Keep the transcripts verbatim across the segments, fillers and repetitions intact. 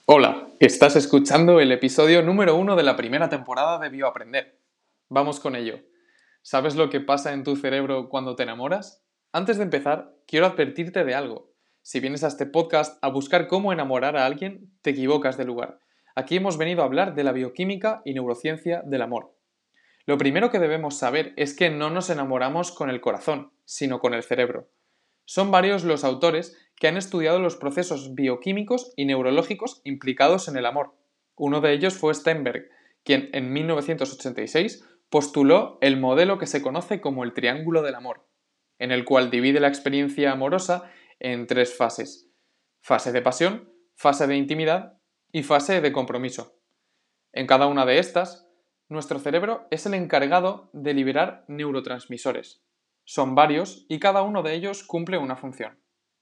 Hola, estás escuchando el episodio número uno de la primera temporada de Bioaprender. Vamos con ello. ¿Sabes lo que pasa en tu cerebro cuando te enamoras? Antes de empezar, quiero advertirte de algo. Si vienes a este podcast a buscar cómo enamorar a alguien, te equivocas de lugar. Aquí hemos venido a hablar de la bioquímica y neurociencia del amor. Lo primero que debemos saber es que no nos enamoramos con el corazón, sino con el cerebro. Son varios los autores que han estudiado los procesos bioquímicos y neurológicos implicados en el amor. Uno de ellos fue Steinberg, quien en mil novecientos ochenta y seis postuló el modelo que se conoce como el triángulo del amor, en el cual divide la experiencia amorosa en tres fases: fase de pasión, fase de intimidad y fase de compromiso. En cada una de estas, nuestro cerebro es el encargado de liberar neurotransmisores. Son varios y cada uno de ellos cumple una función.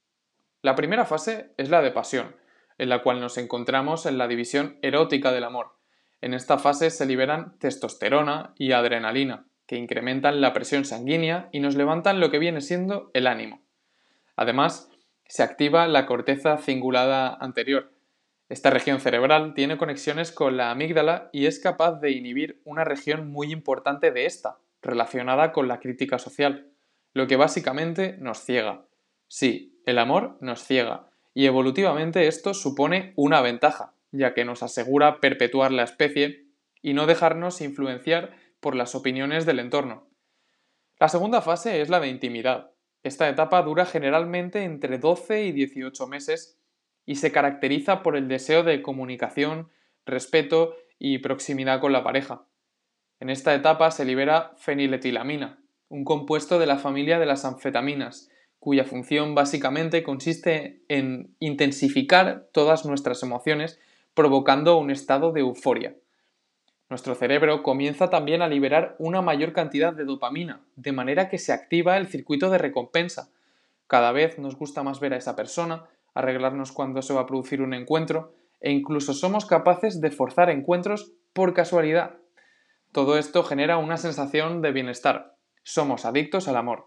La primera fase es la de pasión, en la cual nos encontramos en la división erótica del amor. En esta fase se liberan testosterona y adrenalina, que incrementan la presión sanguínea y nos levantan lo que viene siendo el ánimo. Además, se activa la corteza cingulada anterior. Esta región cerebral tiene conexiones con la amígdala y es capaz de inhibir una región muy importante de esta, relacionada con la crítica social, lo que básicamente nos ciega. Sí, el amor nos ciega, y evolutivamente esto supone una ventaja, ya que nos asegura perpetuar la especie y no dejarnos influenciar por las opiniones del entorno. La segunda fase es la de intimidad. Esta etapa dura generalmente entre doce y dieciocho meses y se caracteriza por el deseo de comunicación, respeto y proximidad con la pareja. En esta etapa se libera feniletilamina, un compuesto de la familia de las anfetaminas, cuya función básicamente consiste en intensificar todas nuestras emociones, provocando un estado de euforia. Nuestro cerebro comienza también a liberar una mayor cantidad de dopamina, de manera que se activa el circuito de recompensa. Cada vez nos gusta más ver a esa persona, arreglarnos cuando se va a producir un encuentro, e incluso somos capaces de forzar encuentros por casualidad. Todo esto genera una sensación de bienestar. Somos adictos al amor.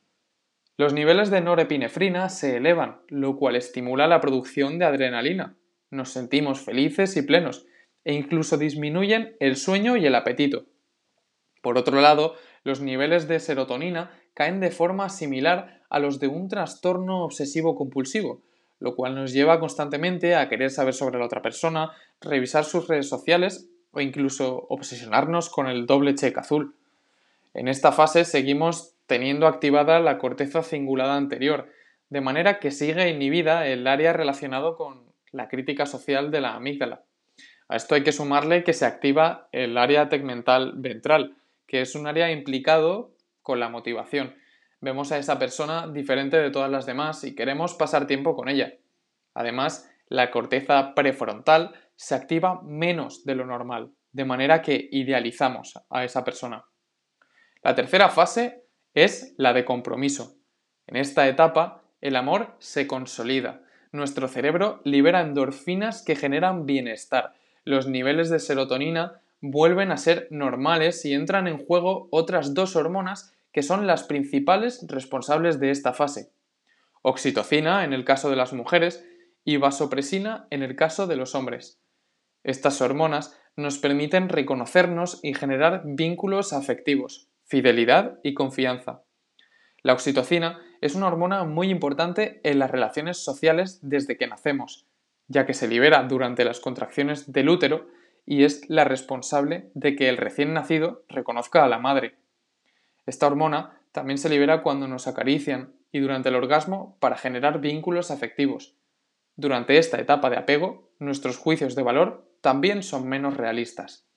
Los niveles de norepinefrina se elevan, lo cual estimula la producción de adrenalina. Nos sentimos felices y plenos, e incluso disminuyen el sueño y el apetito. Por otro lado, los niveles de serotonina caen de forma similar a los de un trastorno obsesivo-compulsivo, lo cual nos lleva constantemente a querer saber sobre la otra persona, revisar sus redes sociales o incluso obsesionarnos con el doble check azul. En esta fase seguimos teniendo activada la corteza cingulada anterior, de manera que sigue inhibida el área relacionado con la crítica social de la amígdala. A esto hay que sumarle que se activa el área tegmental ventral, que es un área implicado con la motivación. Vemos a esa persona diferente de todas las demás y queremos pasar tiempo con ella. Además, la corteza prefrontal se activa menos de lo normal, de manera que idealizamos a esa persona. La tercera fase es la de compromiso. En esta etapa, el amor se consolida. Nuestro cerebro libera endorfinas que generan bienestar. Los niveles de serotonina vuelven a ser normales y entran en juego otras dos hormonas que son las principales responsables de esta fase: oxitocina en el caso de las mujeres y vasopresina en el caso de los hombres. Estas hormonas nos permiten reconocernos y generar vínculos afectivos, fidelidad y confianza. La oxitocina es una hormona muy importante en las relaciones sociales desde que nacemos, ya que se libera durante las contracciones del útero y es la responsable de que el recién nacido reconozca a la madre. Esta hormona también se libera cuando nos acarician y durante el orgasmo para generar vínculos afectivos. Durante esta etapa de apego, nuestros juicios de valor también son menos realistas.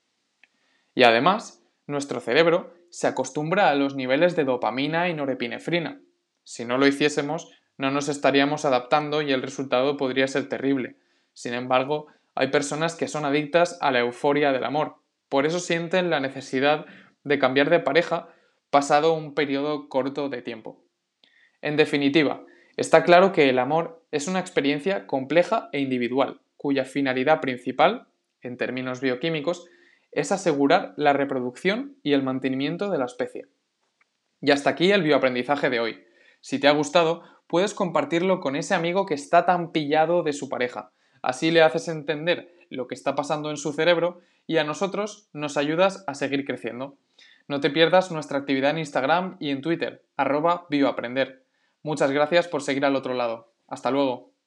Y además, nuestro cerebro se acostumbra a los niveles de dopamina y norepinefrina. Si no lo hiciésemos, no nos estaríamos adaptando y el resultado podría ser terrible. Sin embargo, hay personas que son adictas a la euforia del amor. Por eso sienten la necesidad de cambiar de pareja pasado un periodo corto de tiempo. En definitiva, está claro que el amor es una experiencia compleja e individual, cuya finalidad principal, en términos bioquímicos, es asegurar la reproducción y el mantenimiento de la especie. Y hasta aquí el bioaprendizaje de hoy. Si te ha gustado, puedes compartirlo con ese amigo que está tan pillado de su pareja. Así le haces entender lo que está pasando en su cerebro y a nosotros nos ayudas a seguir creciendo. No te pierdas nuestra actividad en Instagram y en Twitter, arroba bioaprender. Muchas gracias por seguir al otro lado. Hasta luego.